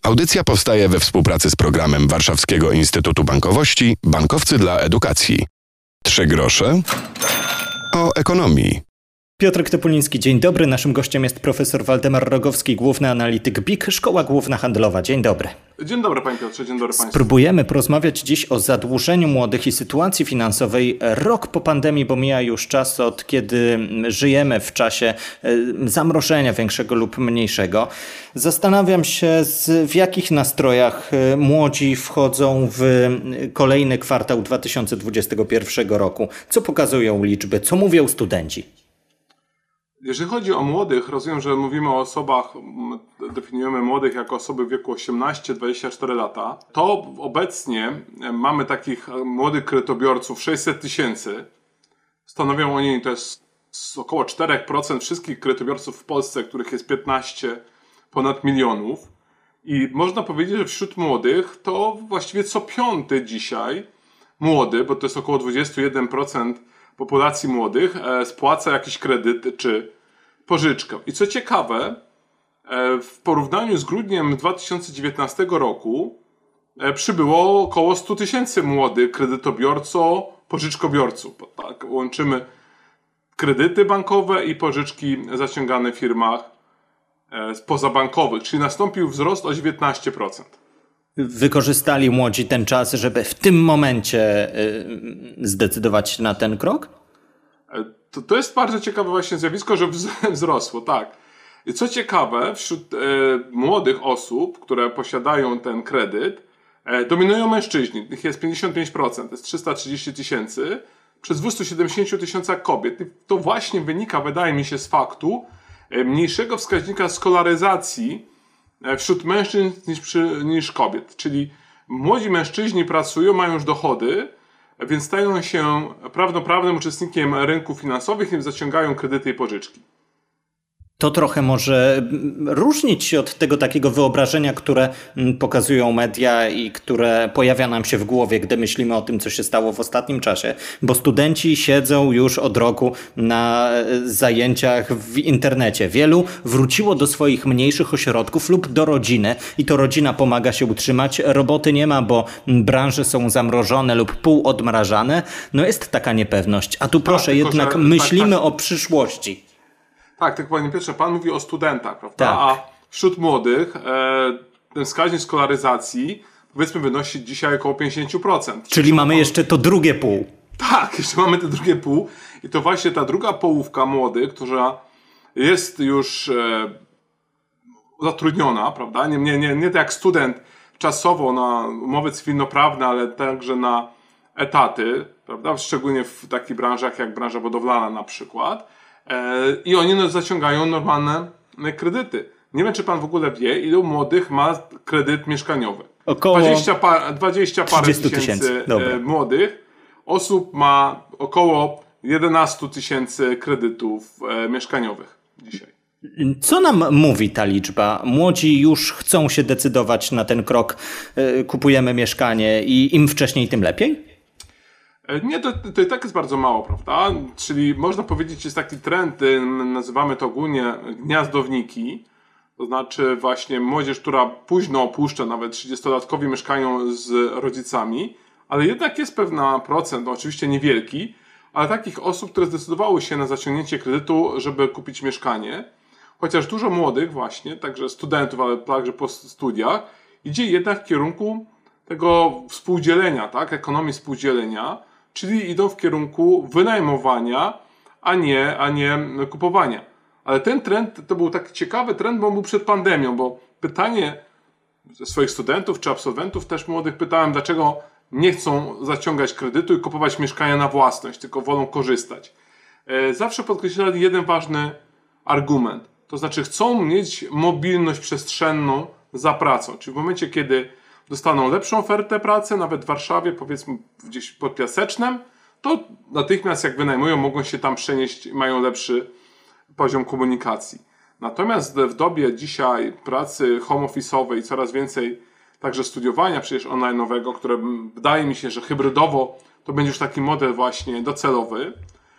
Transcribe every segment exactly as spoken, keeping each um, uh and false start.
Audycja powstaje we współpracy z programem Warszawskiego Instytutu Bankowości Bankowcy dla Edukacji. Trzy grosze o ekonomii. Piotr Topuliński, dzień dobry. Naszym gościem jest profesor Waldemar Rogowski, główny analityk B I K, Szkoła Główna Handlowa. Dzień dobry. Dzień dobry panie Piotrze, dzień dobry państwu. Spróbujemy porozmawiać dziś o zadłużeniu młodych i sytuacji finansowej rok po pandemii, bo mija już czas, od kiedy żyjemy w czasie zamrożenia większego lub mniejszego. Zastanawiam się, w jakich nastrojach młodzi wchodzą w kolejny kwartał dwa tysiące dwudziestego pierwszego roku. Co pokazują liczby, co mówią studenci? Jeżeli chodzi o młodych, rozumiem, że mówimy o osobach, definiujemy młodych jako osoby w wieku osiemnaście do dwudziestu czterech lat, to obecnie mamy takich młodych kredytobiorców sześćset tysięcy. Stanowią oni, to jest około cztery procent wszystkich kredytobiorców w Polsce, których jest piętnaście ponad milionów. I można powiedzieć, że wśród młodych to właściwie co piąty dzisiaj młody, bo to jest około dwadzieścia jeden procent populacji młodych, spłaca jakiś kredyt czy pożyczkę. I co ciekawe, w porównaniu z grudniem dwa tysiące dziewiętnastego roku przybyło około sto tysięcy młodych kredytobiorco-pożyczkobiorców. Tak, łączymy kredyty bankowe i pożyczki zaciągane w firmach pozabankowych, czyli nastąpił wzrost o dziewiętnaście procent. Wykorzystali młodzi ten czas, żeby w tym momencie zdecydować się na ten krok? To, to jest bardzo ciekawe właśnie zjawisko, że wzrosło, tak. I co ciekawe, wśród e, młodych osób, które posiadają ten kredyt, e, dominują mężczyźni. Ich jest pięćdziesiąt pięć procent, to jest trzysta trzydzieści tysięcy, przy dwieście siedemdziesiąt tysiącach kobiet. I to właśnie wynika, wydaje mi się, z faktu e, mniejszego wskaźnika skolaryzacji wśród mężczyzn niż, przy, niż kobiet. Czyli młodzi mężczyźni pracują, mają już dochody, więc stają się pełnoprawnym uczestnikiem rynków finansowych i zaciągają kredyty i pożyczki. To trochę może różnić się od tego takiego wyobrażenia, które pokazują media i które pojawia nam się w głowie, gdy myślimy o tym, co się stało w ostatnim czasie, bo studenci siedzą już od roku na zajęciach w internecie. Wielu wróciło do swoich mniejszych ośrodków lub do rodziny i to rodzina pomaga się utrzymać. Roboty nie ma, bo branże są zamrożone lub półodmrażane. No jest taka niepewność. A tu proszę, tylko, jednak że, myślimy tak, tak. o przyszłości. Tak, tak panie Piotrze, pan mówi o studentach, prawda? Tak. A wśród młodych e, ten wskaźnik skolaryzacji powiedzmy wynosi dzisiaj około pięćdziesiąt procent. Czyli mamy jeszcze to drugie pół. Tak, jeszcze mamy te drugie pół i to właśnie ta druga połówka młodych, która jest już e, zatrudniona, prawda? Nie, nie, nie, nie tak jak student czasowo na umowy cywilnoprawne, ale także na etaty, prawda? Szczególnie w takich branżach jak branża budowlana na przykład. I oni no, zaciągają normalne kredyty. Nie wiem, czy pan w ogóle wie, ilu młodych ma kredyt mieszkaniowy. Około dwadzieścia, pa, dwadzieścia parę tysięcy młodych osób ma około jedenaście tysięcy kredytów e, mieszkaniowych dzisiaj. Co nam mówi ta liczba? Młodzi już chcą się decydować na ten krok, e, kupujemy mieszkanie i im wcześniej, tym lepiej? Nie, to, to i tak jest bardzo mało, prawda? Czyli można powiedzieć, jest taki trend, nazywamy to ogólnie gniazdowniki, to znaczy właśnie młodzież, która późno opuszcza, nawet trzydziestolatkowie mieszkają z rodzicami, ale jednak jest pewna procent, no oczywiście niewielki, ale takich osób, które zdecydowały się na zaciągnięcie kredytu, żeby kupić mieszkanie, chociaż dużo młodych właśnie, także studentów, ale także po studiach, idzie jednak w kierunku tego współdzielenia, tak? Ekonomii współdzielenia, czyli idą w kierunku wynajmowania, a nie, a nie kupowania. Ale ten trend to był taki ciekawy trend, bo on był przed pandemią, bo pytanie ze swoich studentów czy absolwentów też młodych pytałem, dlaczego nie chcą zaciągać kredytu i kupować mieszkania na własność, tylko wolą korzystać. Zawsze podkreślali jeden ważny argument, to znaczy chcą mieć mobilność przestrzenną za pracą, czyli w momencie, kiedy dostaną lepszą ofertę pracy, nawet w Warszawie, powiedzmy gdzieś pod Piasecznem, to natychmiast jak wynajmują, mogą się tam przenieść i mają lepszy poziom komunikacji. Natomiast w dobie dzisiaj pracy home office'owej, coraz więcej także studiowania przecież online'owego, które wydaje mi się, że hybrydowo to będzie już taki model właśnie docelowy,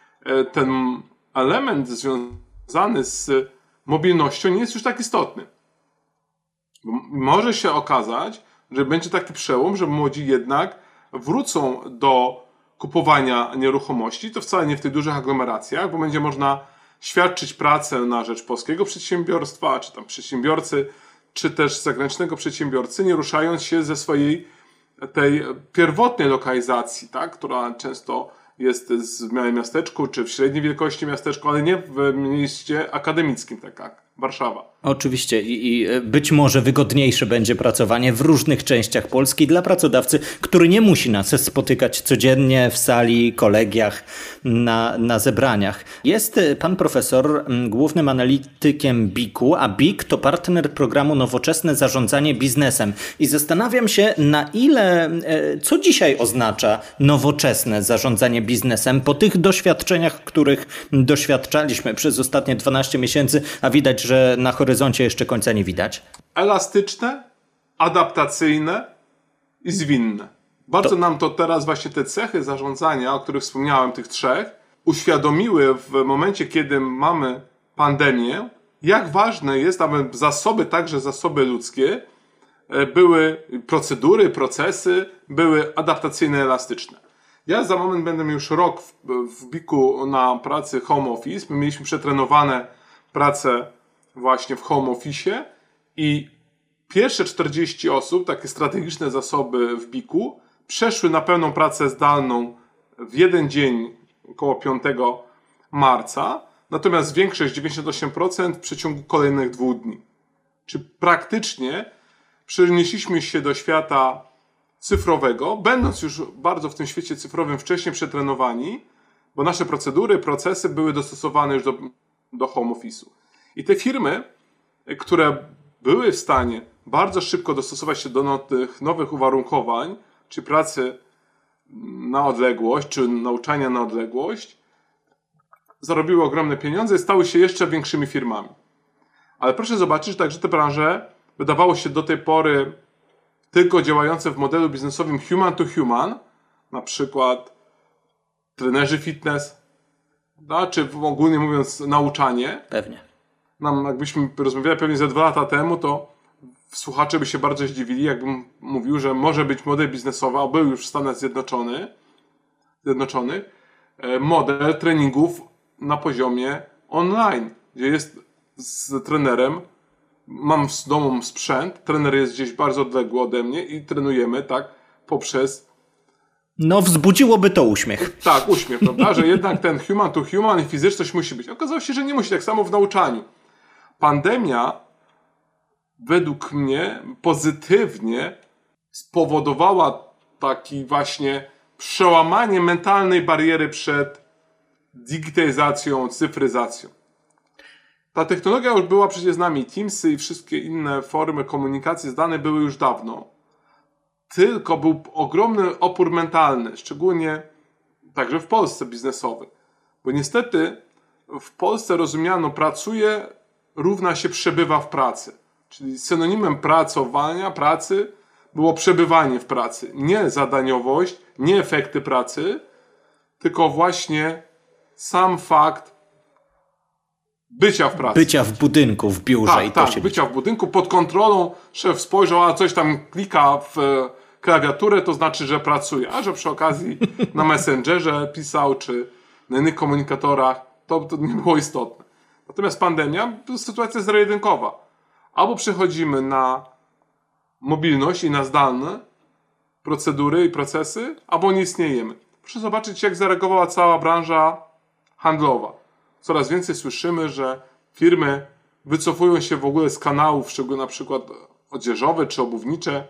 ten element związany z mobilnością nie jest już tak istotny. Może się okazać, że będzie taki przełom, że młodzi jednak wrócą do kupowania nieruchomości, to wcale nie w tych dużych aglomeracjach, bo będzie można świadczyć pracę na rzecz polskiego przedsiębiorstwa, czy tam przedsiębiorcy, czy też zagranicznego przedsiębiorcy, nie ruszając się ze swojej tej pierwotnej lokalizacji, tak, która często jest w małym miasteczku, czy w średniej wielkości miasteczku, ale nie w mieście akademickim, tak jak Warszawa. Oczywiście i, i być może wygodniejsze będzie pracowanie w różnych częściach Polski dla pracodawcy, który nie musi nas spotykać codziennie w sali, kolegiach, na, na zebraniach. Jest pan profesor głównym analitykiem B I K-u, a B I K to partner programu Nowoczesne Zarządzanie Biznesem. I zastanawiam się, na ile, co dzisiaj oznacza nowoczesne zarządzanie biznesem po tych doświadczeniach, których doświadczaliśmy przez ostatnie dwanaście miesięcy, a widać, że na horyzoncie jeszcze końca nie widać. Elastyczne, adaptacyjne i zwinne. Bardzo to... nam to teraz właśnie te cechy zarządzania, o których wspomniałem, tych trzech, uświadomiły w momencie, kiedy mamy pandemię, jak ważne jest, aby zasoby, także zasoby ludzkie, były procedury, procesy, były adaptacyjne, elastyczne. Ja za moment będę już rok w, w B I K-u na pracy home office. My mieliśmy przetrenowane pracę właśnie w home office i pierwsze czterdzieści osób, takie strategiczne zasoby w B I K-u, przeszły na pełną pracę zdalną w jeden dzień, około piątego marca, natomiast większość, dziewięćdziesiąt osiem procent w przeciągu kolejnych dwóch dni. Czy praktycznie przenieśliśmy się do świata cyfrowego, będąc już bardzo w tym świecie cyfrowym wcześniej przetrenowani, bo nasze procedury, procesy były dostosowane już do, do home office'u. I te firmy, które były w stanie bardzo szybko dostosować się do tych nowych uwarunkowań, czy pracy na odległość, czy nauczania na odległość, zarobiły ogromne pieniądze i stały się jeszcze większymi firmami. Ale proszę zobaczyć także te branże, wydawało się do tej pory tylko działające w modelu biznesowym human to human, na przykład trenerzy fitness, no, czy ogólnie mówiąc nauczanie. Pewnie. Nam, jakbyśmy rozmawiali pewnie ze dwa lata temu, to słuchacze by się bardzo zdziwili, jakbym mówił, że może być model biznesowy, a był już w Stanach Zjednoczonych, Zjednoczonych, model treningów na poziomie online, gdzie jest z trenerem, mam z domu sprzęt, trener jest gdzieś bardzo odległy ode mnie i trenujemy, tak, poprzez... No, wzbudziłoby to uśmiech. Tak, uśmiech, prawda, że jednak ten human to human i fizyczność musi być. Okazało się, że nie musi, tak samo w nauczaniu. Pandemia według mnie pozytywnie spowodowała taki właśnie przełamanie mentalnej bariery przed digitalizacją, cyfryzacją. Ta technologia już była przecież z nami. Teamsy i wszystkie inne formy komunikacji zdalnej były już dawno. Tylko był ogromny opór mentalny, szczególnie także w Polsce biznesowy. Bo niestety w Polsce rozumiano pracuje równa się przebywa w pracy. Czyli synonimem pracowania, pracy było przebywanie w pracy. Nie zadaniowość, nie efekty pracy, tylko właśnie sam fakt bycia w pracy. Bycia w budynku, w biurze. Tak, i to tak, się bycia w budynku, pod kontrolą. Szef spojrzał, a coś tam klika w klawiaturę, to znaczy, że pracuje. A że przy okazji na Messengerze pisał, czy na innych komunikatorach, to, to nie było istotne. Natomiast pandemia to sytuacja zero-jedynkowa. Albo przechodzimy na mobilność i na zdalne procedury i procesy, albo nie istniejemy. Proszę zobaczyć, jak zareagowała cała branża handlowa. Coraz więcej słyszymy, że firmy wycofują się w ogóle z kanałów, szczególnie na przykład odzieżowe czy obuwnicze,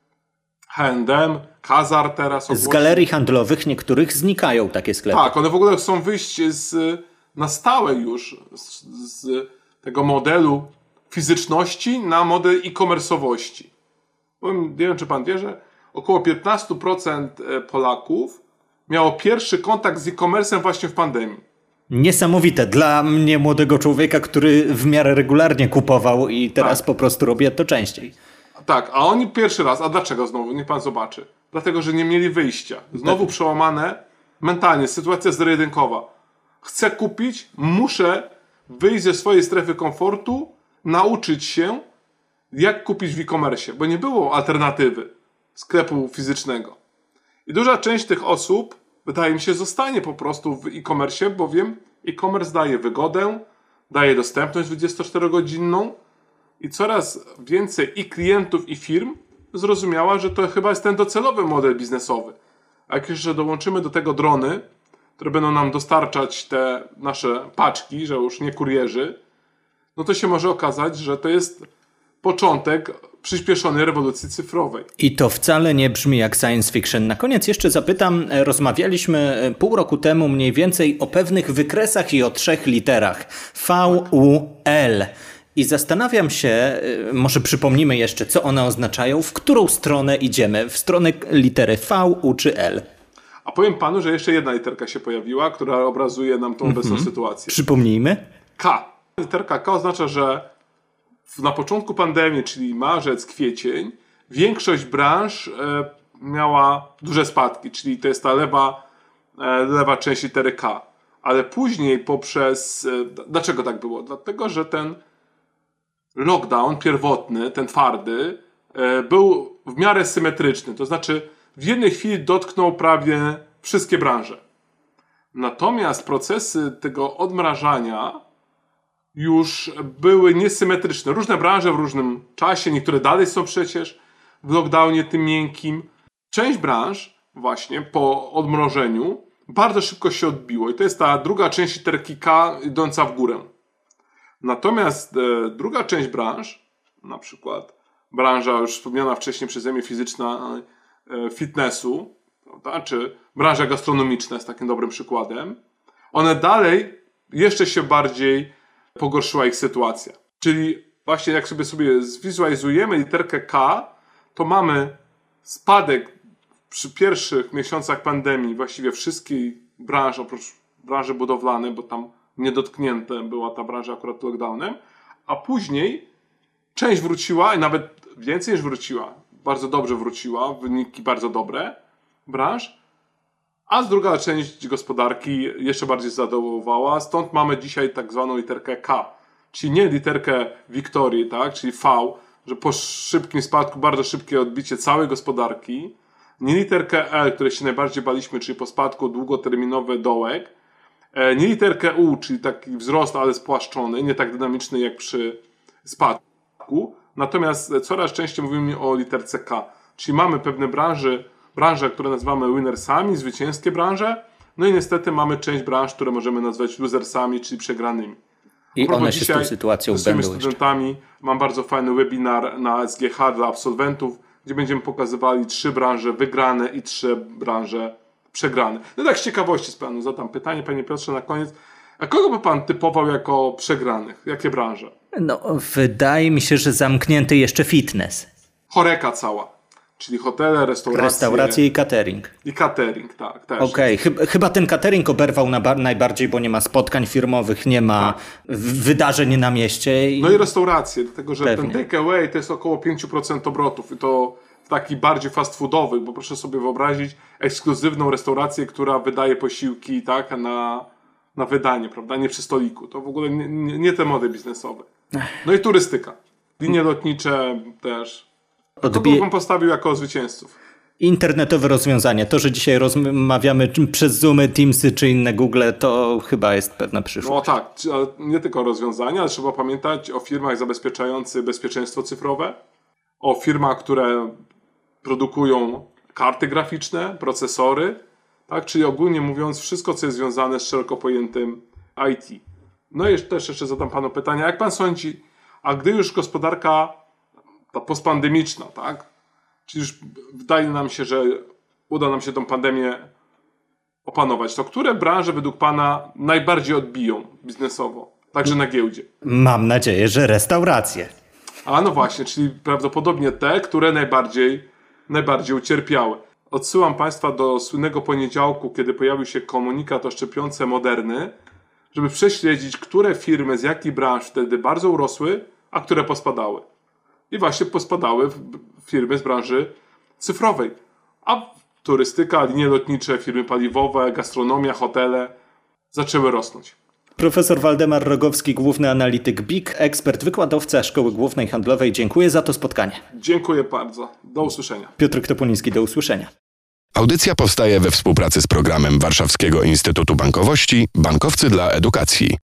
H and M, Kazar teraz. Z galerii handlowych niektórych znikają takie sklepy. Tak, one w ogóle chcą wyjść z, na stałe już z, z tego modelu fizyczności na model e-commerce'owości. Nie wiem, czy pan wie, że około piętnaście procent Polaków miało pierwszy kontakt z e-commerce'em właśnie w pandemii. Niesamowite dla mnie, młodego człowieka, który w miarę regularnie kupował i teraz tak. po prostu robię to częściej. Tak, a oni pierwszy raz. A dlaczego znowu? Niech pan zobaczy. Dlatego, że nie mieli wyjścia. Znowu tak. przełamane mentalnie. Sytuacja zero-jedynkowa. Chcę kupić, muszę wyjść ze swojej strefy komfortu, nauczyć się jak kupić w e-commerce, bo nie było alternatywy sklepu fizycznego. I duża część tych osób, wydaje mi się, zostanie po prostu w e-commerce, bowiem e-commerce daje wygodę, daje dostępność dwudziestoczterogodzinną i coraz więcej i klientów, i firm zrozumiała, że to chyba jest ten docelowy model biznesowy. A jak jeszcze dołączymy do tego drony, które będą nam dostarczać te nasze paczki, że już nie kurierzy, no to się może okazać, że to jest początek przyspieszonej rewolucji cyfrowej. I to wcale nie brzmi jak science fiction. Na koniec jeszcze zapytam, rozmawialiśmy pół roku temu mniej więcej o pewnych wykresach i o trzech literach. V U L. I zastanawiam się, może przypomnimy jeszcze, co one oznaczają, w którą stronę idziemy, w stronę litery V, U czy L. A powiem panu, że jeszcze jedna literka się pojawiła, która obrazuje nam tą obecną mm-hmm. sytuację. Przypomnijmy. K. Literka K oznacza, że na początku pandemii, czyli marzec, kwiecień, większość branż e, miała duże spadki, czyli to jest ta lewa, e, lewa część litery K. Ale później poprzez... E, dlaczego tak było? Dlatego, że ten lockdown pierwotny, ten twardy, e, był w miarę symetryczny. To znaczy w jednej chwili dotknął prawie wszystkie branże. Natomiast procesy tego odmrażania już były niesymetryczne. Różne branże w różnym czasie, niektóre dalej są przecież w lockdownie tym miękkim. Część branż właśnie po odmrożeniu bardzo szybko się odbiło i to jest ta druga część literki K idąca w górę. Natomiast e, druga część branż, na przykład branża już wspomniana wcześniej przeze mnie fizyczna e, fitnessu, prawda, czy branża gastronomiczna jest takim dobrym przykładem, one dalej jeszcze się bardziej pogorszyła ich sytuacja. Czyli właśnie jak sobie sobie zwizualizujemy literkę K, to mamy spadek przy pierwszych miesiącach pandemii właściwie wszystkich branż, oprócz branży budowlanej, bo tam niedotknięte była ta branża akurat lockdownem, a później część wróciła i nawet więcej niż wróciła, bardzo dobrze wróciła, wyniki bardzo dobre branż, a z druga część gospodarki jeszcze bardziej zadołowała, stąd mamy dzisiaj tak zwaną literkę K, czyli nie literkę Wiktorii, tak, czyli V, że po szybkim spadku bardzo szybkie odbicie całej gospodarki, nie literkę L, której się najbardziej baliśmy, czyli po spadku długoterminowy dołek, nie literkę U, czyli taki wzrost, ale spłaszczony, nie tak dynamiczny jak przy spadku, natomiast coraz częściej mówimy o literce K, czyli mamy pewne branże, branże, które nazywamy winnersami, zwycięskie branże, no i niestety mamy część branż, które możemy nazwać losersami, czyli przegranymi. I one się z tą sytuacją z tymi będą studentami jeszcze. Mam bardzo fajny webinar na S G H dla absolwentów, gdzie będziemy pokazywali trzy branże wygrane i trzy branże przegrane. No tak z ciekawości z panu zadam pytanie, panie Piotrze, na koniec. A kogo by pan typował jako przegranych? Jakie branże? No, wydaje mi się, że zamknięty jeszcze fitness. Choreka cała. Czyli hotele, restauracje. Restauracje i catering. I catering, tak. Okej, okay. Chyba, chyba ten catering oberwał na, najbardziej, bo nie ma spotkań firmowych, nie ma tak. wydarzeń na mieście. I... No i restauracje, dlatego że Pewnie. ten take away to jest około pięć procent obrotów i to w takich bardziej fast foodowych, bo proszę sobie wyobrazić ekskluzywną restaurację, która wydaje posiłki tak, na, na wydanie, prawda, nie przy stoliku. To w ogóle nie, nie, nie te mody biznesowe. No i turystyka. Linie lotnicze też. Odbie... Kogo bym postawił jako zwycięzców? Internetowe rozwiązanie. To, że dzisiaj rozmawiamy przez Zoomy, Teamsy czy inne Google, to chyba jest pewna przyszłość. No tak, ale nie tylko rozwiązania, ale trzeba pamiętać o firmach zabezpieczających bezpieczeństwo cyfrowe, o firmach, które produkują karty graficzne, procesory, tak? Czyli ogólnie mówiąc wszystko, co jest związane z szeroko pojętym I T. No i też jeszcze zadam panu pytanie, jak pan sądzi, a gdy już gospodarka ta postpandemiczna, tak? Czyli już wydaje nam się, że uda nam się tą pandemię opanować, to które branże według pana najbardziej odbiją biznesowo, także na giełdzie? Mam nadzieję, że restauracje. A no właśnie, czyli prawdopodobnie te, które najbardziej, najbardziej ucierpiały. Odsyłam państwa do słynnego poniedziałku, kiedy pojawił się komunikat o szczepionce Moderny, żeby prześledzić, które firmy z jakich branż wtedy bardzo urosły, a które pospadały. I właśnie pospadały firmy z branży cyfrowej. A turystyka, linie lotnicze, firmy paliwowe, gastronomia, hotele zaczęły rosnąć. Profesor Waldemar Rogowski, główny analityk B I K, ekspert, wykładowca Szkoły Głównej Handlowej. Dziękuję za to spotkanie. Dziękuję bardzo. Do usłyszenia. Piotr Topuliński, do usłyszenia. Audycja powstaje we współpracy z programem Warszawskiego Instytutu Bankowości Bankowcy dla Edukacji.